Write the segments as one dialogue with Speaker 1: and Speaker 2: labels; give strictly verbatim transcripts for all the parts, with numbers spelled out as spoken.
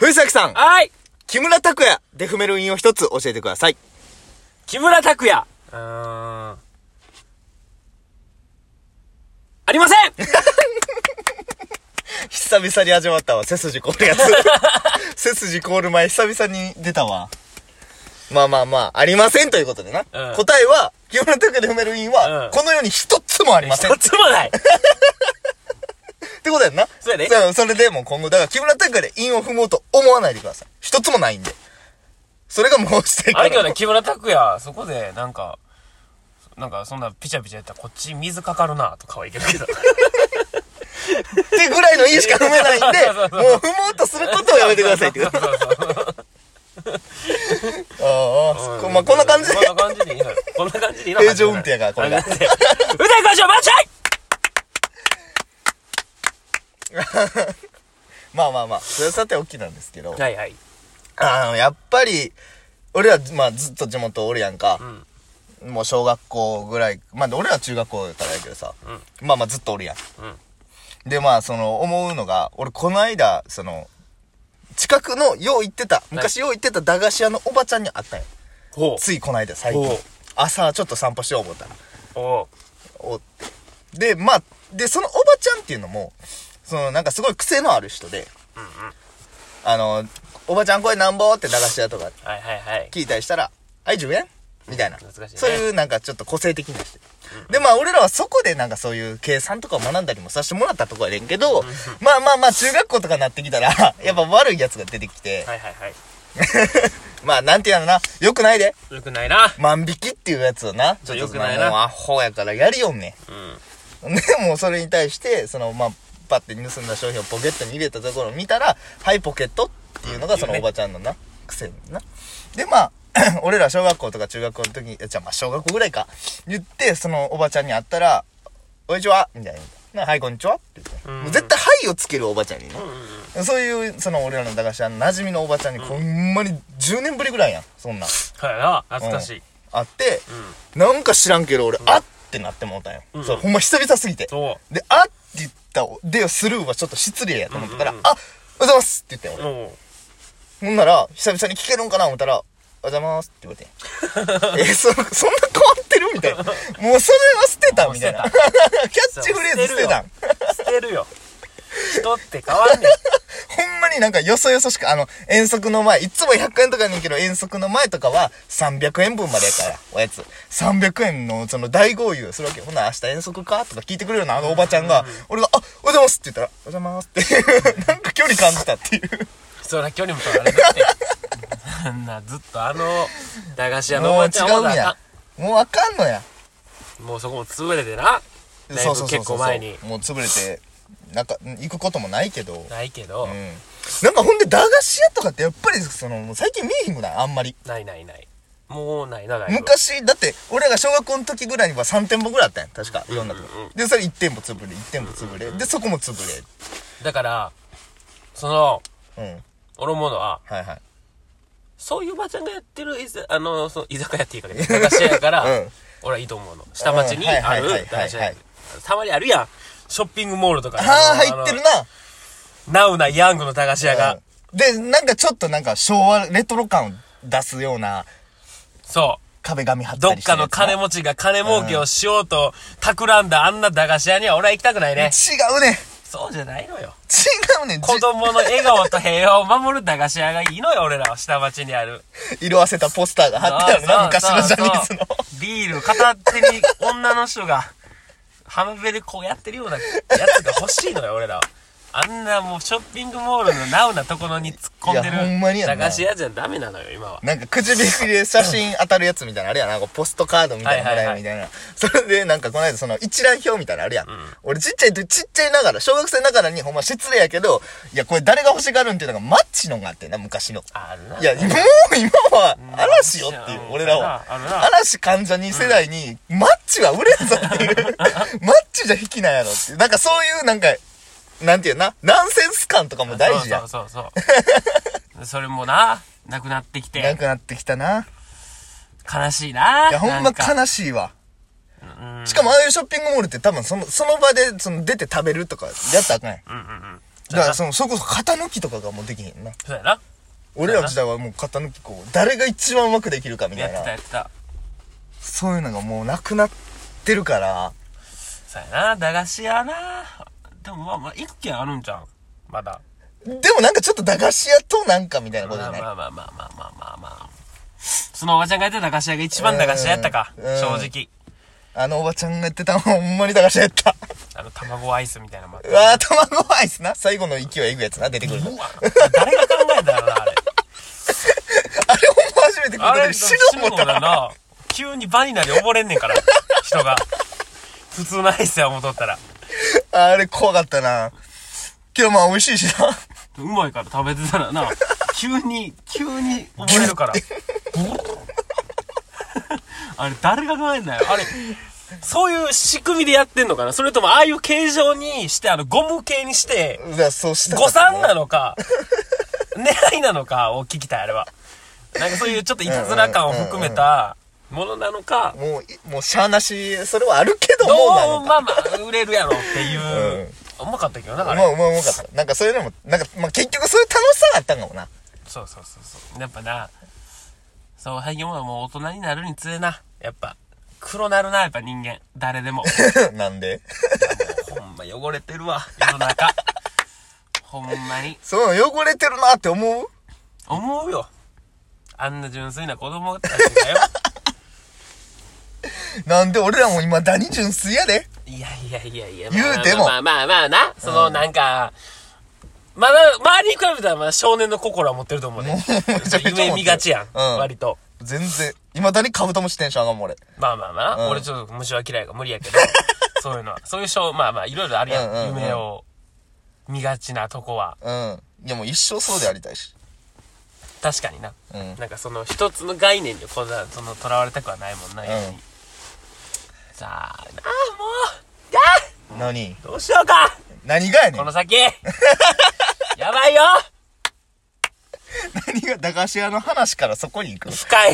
Speaker 1: 藤崎さん。
Speaker 2: はい。
Speaker 1: 木村拓哉で踏める韻を一つ教えてください。
Speaker 2: 木村拓哉。うーん。ありません
Speaker 1: 久々に始まったわ、背筋凍るやつ。背筋凍る前、久々に出たわ。まあまあまあ、ありませんということでな。うん、答えは、木村拓哉で踏める韻は、うん、この世に一つもありません。
Speaker 2: 一つもない
Speaker 1: ってことやんな。
Speaker 2: そうやね。
Speaker 1: それでもう今後、だから木村拓哉で韻を踏もうと思わないでください。一つもないんで。それがもうして
Speaker 2: あれけどね、木村拓哉、そこで、なんか、なんかそんなピチャピチャやったらこっち水かかるなとかはいけるけど。
Speaker 1: ってぐらいの韻しか踏めないんで、もう踏もうとすることをやめてくださいってこと。ああ、まあこんな感じで。
Speaker 2: こんな感じでいいのよ。こんな感じでいいの
Speaker 1: 平常運転やから、これが。
Speaker 2: 歌いましょう、マッチャイ
Speaker 1: まあまあまあ、それはさておきなんですけど。
Speaker 2: はいはい。
Speaker 1: あの、やっぱり、俺は、まあずっと地元おるやんか。うん、もう小学校ぐらい、まあ俺は中学校からやけどさ。うん、まあまあずっとおるやん。うん、で、まあその、思うのが、俺この間、その、近くのよう行ってた、昔よう行ってた駄菓子屋のおばちゃんに会ったんよ。ほう。ついこの間最近。朝ちょっと散歩しよう思ったら。おおで、まあ、で、そのおばちゃんっていうのも、そのなんかすごい癖のある人で、うんうん、あの、おばちゃんこれなんぼって駄菓子屋とか聞いたりしたら、はい、じゅうえんみたいな、ね。そういうなんかちょっと個性的な人。うん、で、まあ俺らはそこでなんかそういう計算とかを学んだりもさせてもらったとこやねんけど、うん、まあまあまあ中学校とかになってきたら、やっぱ悪いやつが出てきて、はいはいはい。まあなんていうのな、よくないで。
Speaker 2: よくないな。
Speaker 1: 万引きっていうやつをな、ちょっとよくないな。もうアホやからやりよんねん。うん、で、もうそれに対して、そのまあ、パッて盗んだ商品をポケットに入れたところを見たら、はいポケットっていうのがそのおばちゃんのな、癖な。で、まあ、俺ら小学校とか中学校の時に、じゃあまあ小学校ぐらいか、言って、そのおばちゃんに会ったら、こんにちはみたいな。はい、こんにちはって言って。もう絶対はいをつけるおばちゃんにね。うんうん、そういう、その俺らの駄菓子屋の馴染みのおばちゃんに、ほんまにじゅうねんぶりぐらいやん、そんな。
Speaker 2: はいな、懐かしい。
Speaker 1: あって、なんか知らんけど俺、あってなってもうたんよ。そう、ほんま久々すぎて。で、あって言った、で、スルーはちょっと失礼やと思ったから、あ、おはようございますって言ったよ、俺。ほんなら、久々に聞けるんかな思ったら、おはようございますって言われて。え、そ、そんな変わってるみたいな。もうそれは捨てたみたいな。キャッチフレーズ捨てたん。
Speaker 2: 捨てるよ。人って変わんねん。
Speaker 1: ほんまになんかよそよそしく、あの、遠足の前、いつもひゃくえんとかねんけど、遠足の前とかはさんびゃくえんぶんまでやから、おやつ。さんびゃくえんのその大豪遊するわけよ。ほな、明日遠足かとか聞いてくれるようなあのおばちゃんが、俺が、あ、おはようございますって言ったら、おはようございますって、なんか距離感じたっていう。
Speaker 2: そら距離も取られるって。そんな、ずっとあの、駄菓子屋のおばちゃんは
Speaker 1: もう違うんや。もうあかんのや。
Speaker 2: もうそこも潰れてな。そうそうそうそう。結構前に。
Speaker 1: もう潰れて。なんか行くこともないけど
Speaker 2: ないけど、うん、
Speaker 1: なんかほんで駄菓子屋とかってやっぱりその最近見えへんくないあんまり
Speaker 2: ないないないもうないなだいぶ
Speaker 1: 昔だって俺が小学校の時ぐらいにはさんてんぼぐらいあったんや確かいろんなとこ、うんうん、でそれいってんぼ潰れいってんぼ潰れ、うんうん、でそこも潰れ
Speaker 2: だからその、うん、俺思うのは
Speaker 1: はいはい
Speaker 2: そういうおばちゃんがやってるあのその居酒屋っていうかね駄菓子屋やから、うん、俺はいいと思うの下町にある駄菓子屋たまにあるやんショッピングモールとか
Speaker 1: ああ入ってるな
Speaker 2: ナウなヤングの駄菓子屋が、
Speaker 1: うん、でなんかちょっとなんか昭和レトロ感を出すような
Speaker 2: そう
Speaker 1: 壁紙貼ったりして
Speaker 2: どっかの金持ちが金儲けをしようと企んだあんな駄菓子屋には俺は行きたくないね
Speaker 1: 違うね
Speaker 2: そうじゃないのよ
Speaker 1: 違うね
Speaker 2: 子供の笑顔と平和を守る駄菓子屋がいいのよ俺らは下町にある
Speaker 1: 色あせたポスターが貼ってあるな昔のジャニーズの
Speaker 2: ビール片手に女の人がハマベでこうやってるようなやつが欲しいのよ俺らはあんなもうショッピングモールのナウなところに突っ込んでる駄菓子屋じゃダメなのよ今は
Speaker 1: なんか口引きで写真当たるやつみたいなあれやなポストカードみたいなもらえるみたいな、はいはいはい、それでなんかこの間その一覧表みたいなあるやん、うん、俺ちっちゃいちっちゃいながら小学生ながらにほんま失礼やけどいやこれ誰が欲しがるんっていうのがマッチのがあってな昔の
Speaker 2: あるない
Speaker 1: やもう今は嵐よっていう俺らは嵐関ジャニ世代にマッチは売れんぞっていうマッチじゃ引きなんやろっていうなんかそういうなんかなんていうなナンセンス感とかも大事やん
Speaker 2: そうそうそうそうそれもななくなってきて
Speaker 1: なくなってきたな
Speaker 2: 悲しいない
Speaker 1: やほんま悲しいわしかもああいうショッピングモールって多分そのその場でその出て食べるとかやったらあかんやん、うんうんうん、 だからその、それこそ型抜きとかがもうできへんな。
Speaker 2: そうやな。
Speaker 1: 俺らの時代はもう型抜きこう、誰が一番うまくできるかみたいな。
Speaker 2: やってたやってた。
Speaker 1: そういうのがもうなくなってるから。
Speaker 2: そうやな、駄菓子屋な。でもまあまあ、一軒あるんじゃん。まだ。
Speaker 1: でもなんかちょっと駄菓子屋となんかみたいなことじゃない？
Speaker 2: まあまあまあまあまあまあまあ。そのおばちゃんがやってた駄菓子屋が一番駄菓子屋やったか、正直。あ
Speaker 1: のおばちゃんがやってたのほんまに駄菓子屋やった。
Speaker 2: あの、卵アイスみたいなのもあった。
Speaker 1: うわぁ、卵アイスな。最後の勢いえぐやつな、出てくるの。
Speaker 2: うわ誰が考えたのな、あれ。
Speaker 1: あれほんま初めて食った時死ぬ思ったな。
Speaker 2: な。急にバニラで溺れんねんから、人が。普通のアイスや思っとったら。
Speaker 1: あれ怖かったな。けどまあ美味しいしな。
Speaker 2: うまいから食べてたらな、急に、急に溺れるから。あれ誰が考えんだよ。あれ、そういう仕組みでやってんのかな、それともああいう形状にして、あの、ゴム系にして、
Speaker 1: そうした
Speaker 2: 誤算なのか、狙いなのかを聞きたい、あれは。なんかそういうちょっといたずら感を含めたものなのか。
Speaker 1: もう、もうしゃーなし、それはあるけども
Speaker 2: どう
Speaker 1: なのか。
Speaker 2: まあまあ、売れるやろっていう。うんうまかったけどな、あれ。
Speaker 1: まあ、うまうまかった。なんかそういうのも、なんか、まあ結局そういう楽しさがあったんかもな。
Speaker 2: そうそうそうそう。やっぱな、そう、最近はもう大人になるにつれな、やっぱ、黒なるな、やっぱ人間。誰でも。
Speaker 1: なんで
Speaker 2: もうほんま汚れてるわ、世の中。ほんまに。
Speaker 1: そう、汚れてるなって思う
Speaker 2: 思うよ。あんな純粋な子供たちだよ。
Speaker 1: なんで俺らも今、何純粋やで。
Speaker 2: いやいやいやいや、
Speaker 1: 言うても。
Speaker 2: まあまあまあな、そのなんか、まだ、周りに比べたらまだ少年の心は持ってると思うね。夢見がちやん、うん、割と。
Speaker 1: 全然。未だにカブトムシテンション上がんもん俺。
Speaker 2: まあまあまあ、うん、俺ちょっと虫は嫌いが無理やけど、そういうのは。そういうショー、まあまあいろいろあるやん、うんうんうん、夢を見がちなとこは。
Speaker 1: うん。いやもう一生そうでありたいし。
Speaker 2: 確かにな。
Speaker 1: うん、
Speaker 2: なんかその一つの概念にこうその囚われたくはないもんな、うん、さあ、ああ、もう、じゃあ
Speaker 1: 何
Speaker 2: どうしようか
Speaker 1: 何がやねん
Speaker 2: この先やばいよ
Speaker 1: 何が駄菓子屋の話からそこに行く
Speaker 2: 深い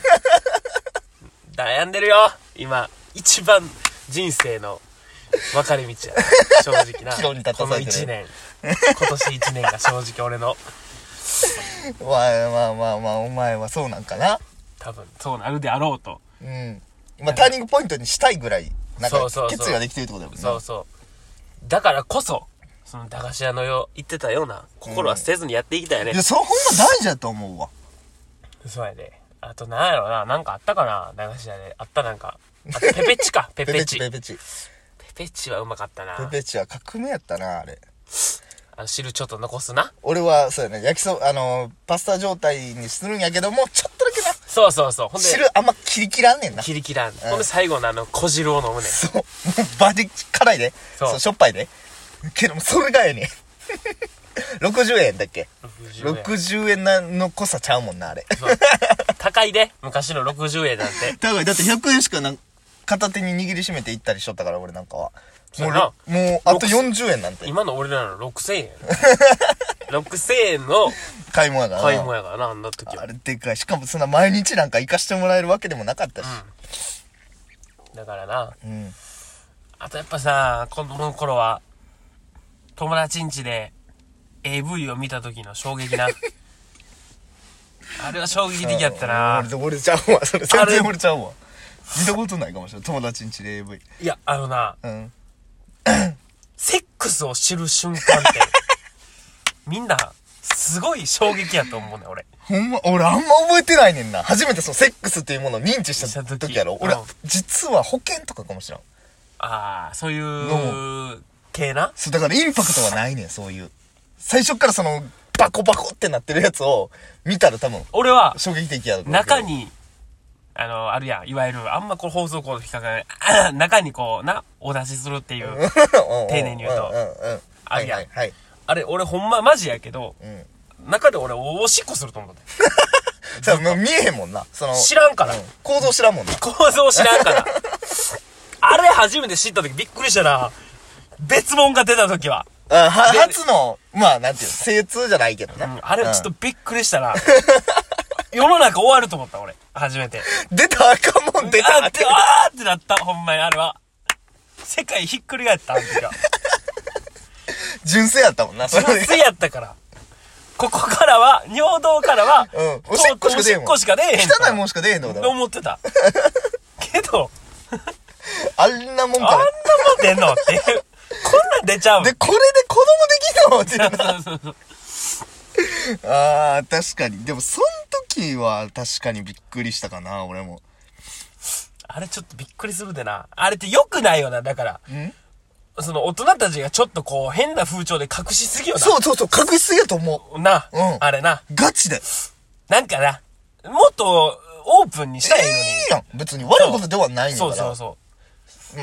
Speaker 2: 悩んでるよ今一番人生の分かれ道や正直なこのいちねん今年いちねんが正直俺の
Speaker 1: まあまあまあまあお前はそうなんかな
Speaker 2: 多分そうなるであろうと
Speaker 1: うんまあターニングポイントにしたいぐらいなんか決意ができてるってことだもんね
Speaker 2: そうそうだからこそその駄菓子屋のよ言ってたような心は捨てずにやっていきたいよね、
Speaker 1: うん、いやそれほんま大事だと思うわ
Speaker 2: そうやであとなんやろななんかあったかな駄菓子屋であったなんかあペペチかペペチ
Speaker 1: ペペチ
Speaker 2: ペペチはうまかったな
Speaker 1: ペペチは革命やったなあれ
Speaker 2: あの汁ちょっと残すな
Speaker 1: 俺はそうやね焼きそあのパスタ状態にするんやけどもちょっとだけな
Speaker 2: そうそうそう
Speaker 1: ほんで汁あんま切り切らんねんな
Speaker 2: 切り切らん、うん、ほんで最後のあの小汁を飲むねん
Speaker 1: そうもうバジ辛いでそうしょっぱいでけどもそれがええねんろくじゅうえんだっけろくじゅうえんなの濃さちゃうもんなあれ
Speaker 2: 高いで昔のろくじゅうえんなんて
Speaker 1: 高いだってひゃくえんしかな片手に握りしめていったりしとったから俺なんかはもうもうあとよんじゅうえんなんて
Speaker 2: 今の俺らのろくせんえんろくせんえんの
Speaker 1: 買い物やからな
Speaker 2: 買い物やからなあんな時は
Speaker 1: あれでかいしかもそんな毎日なんか行かしてもらえるわけでもなかったし、
Speaker 2: うん、だからな、
Speaker 1: うん、
Speaker 2: あとやっぱさ子供の頃は友達ん家で エーブイ を見た時の衝撃なあれは衝撃的やったな
Speaker 1: 俺俺ちゃうわそれ全然俺ちゃうわ見たことないかもしれない友達ん家で エーブイ
Speaker 2: いやあのな、
Speaker 1: うん、
Speaker 2: セックスを知る瞬間ってみんなすごい衝撃やと思うね俺
Speaker 1: ほんま俺あんま覚えてないねんな初めてそのセックスっていうものを認知した時やろ俺、うん、実は保険とかかもしれん
Speaker 2: ああそういう系な
Speaker 1: そうだからインパクトはないねんそういう最初からそのバコバコってなってるやつを見たら多分
Speaker 2: 俺は
Speaker 1: 衝撃的やろ
Speaker 2: 中にあのあるやんいわゆるあんまこれ放送コード引っかかない中にこうなお出しするっていう丁寧に言うとあるやん、はいはいはい、あれ俺ほんまマジやけど、うん、中で俺おしっこすると思って
Speaker 1: さあ見えへんもんなその
Speaker 2: 知らんから、うん、
Speaker 1: 構造知らんもんな
Speaker 2: 構造知らんからあれ初めて知った時びっくりしたな別物が出た時は
Speaker 1: あは初のまあなんていう精通じゃないけどね、うん、
Speaker 2: あれちょっとびっくりしたな、うん、世の中終わると思った俺初めて
Speaker 1: 出たあかんもん出た
Speaker 2: ってあーってなったほんまにあれは世界ひっくり返ったあの時は
Speaker 1: 純粋やったもんな。
Speaker 2: 純粋やったから。ここからは、尿道からは、
Speaker 1: うん。おしっこしか出えへんもん。
Speaker 2: おしっこしか出えへん。
Speaker 1: 汚いもんしか出えへんのだ。
Speaker 2: 思ってた。けど、
Speaker 1: あんなもんから。
Speaker 2: あんなもん出んのっていう。こんなん出ちゃう。
Speaker 1: で、これで子供できたのっていう。
Speaker 2: そうそうそう。
Speaker 1: ああ、確かに。でも、その時は確かにびっくりしたかな、俺も。
Speaker 2: あれちょっとびっくりするでな。あれって良くないよな、だから。
Speaker 1: ん
Speaker 2: その大人たちがちょっとこう変な風潮で隠しすぎよな。
Speaker 1: そうそうそう、隠しすぎやと思う。
Speaker 2: な、
Speaker 1: うん。
Speaker 2: あれな。
Speaker 1: ガチで。
Speaker 2: なんかな、もっとオープンにしたらいいのに。
Speaker 1: いいやん。別に悪いことではないんやから。
Speaker 2: そうそうそう。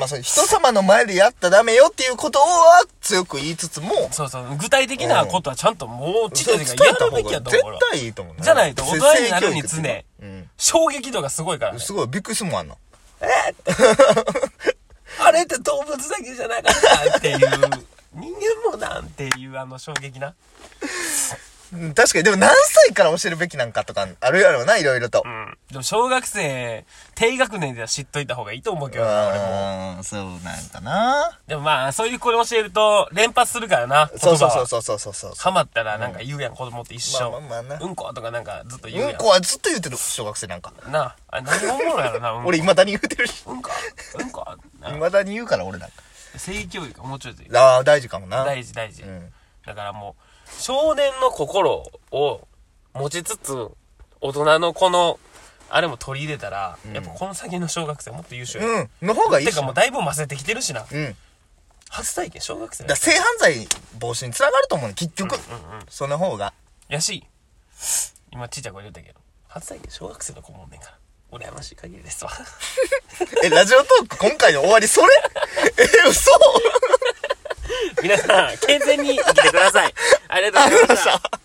Speaker 1: まあ、それ人様の前でやったらダメよっていうことは強く言いつつも。
Speaker 2: そうそう。具体的なことはちゃんともうちっちゃい時からやるべきやと思う。
Speaker 1: 絶対いいと思うね。
Speaker 2: じゃないと大人になるにつね、
Speaker 1: うん、衝
Speaker 2: 撃度がすごいからね。
Speaker 1: すごい、びっくりするもんあんの。
Speaker 2: えー、ってあれって動物だけじゃなかったっていう、人間もなんていうあの衝撃な。
Speaker 1: 確かに、でも何歳から教えるべきなんかとかあるやろうな、いろいろと。
Speaker 2: うん。でも小学生、低学年では知っといた方がいいと思うけどな、俺も。
Speaker 1: うん、そうなんかな。
Speaker 2: でもまあ、そういう子に教えると連発するからな。
Speaker 1: そうそうそうそうそうそう。
Speaker 2: ハマったらなんか言うやん、子供って一生。
Speaker 1: まあまあまあな。
Speaker 2: うんことかなんかずっと言うやん。
Speaker 1: うんこはずっと言ってる、小学生なんか。
Speaker 2: なあ、あれ何がおもろいやろな、うんこ。
Speaker 1: 俺未だに言うてるし。
Speaker 2: うんこうんこ
Speaker 1: 未だに言うから俺なんか。
Speaker 2: 性教育がもうちょいで。
Speaker 1: ああ、大事かもな。
Speaker 2: 大事大事。
Speaker 1: うん、
Speaker 2: だからもう、少年の心を持ちつつ、大人のこの、あれも取り入れたら、うん、やっぱこの先の小学生もっと優秀や。
Speaker 1: うん。の方がいいし。
Speaker 2: てかもうだいぶ混ぜてきてるしな。
Speaker 1: うん。
Speaker 2: 初体験小学生
Speaker 1: だ性犯罪防止につながると思うね、結局。うんうんうん、その方が。
Speaker 2: やし、今ちっちゃい子言ったけど、初体験小学生の子もんねんから。羨ましい限りですわ。
Speaker 1: え、ラジオトーク今回の終わりそれえ、嘘
Speaker 2: 皆さん、健全に生きてください。ありがとうございました。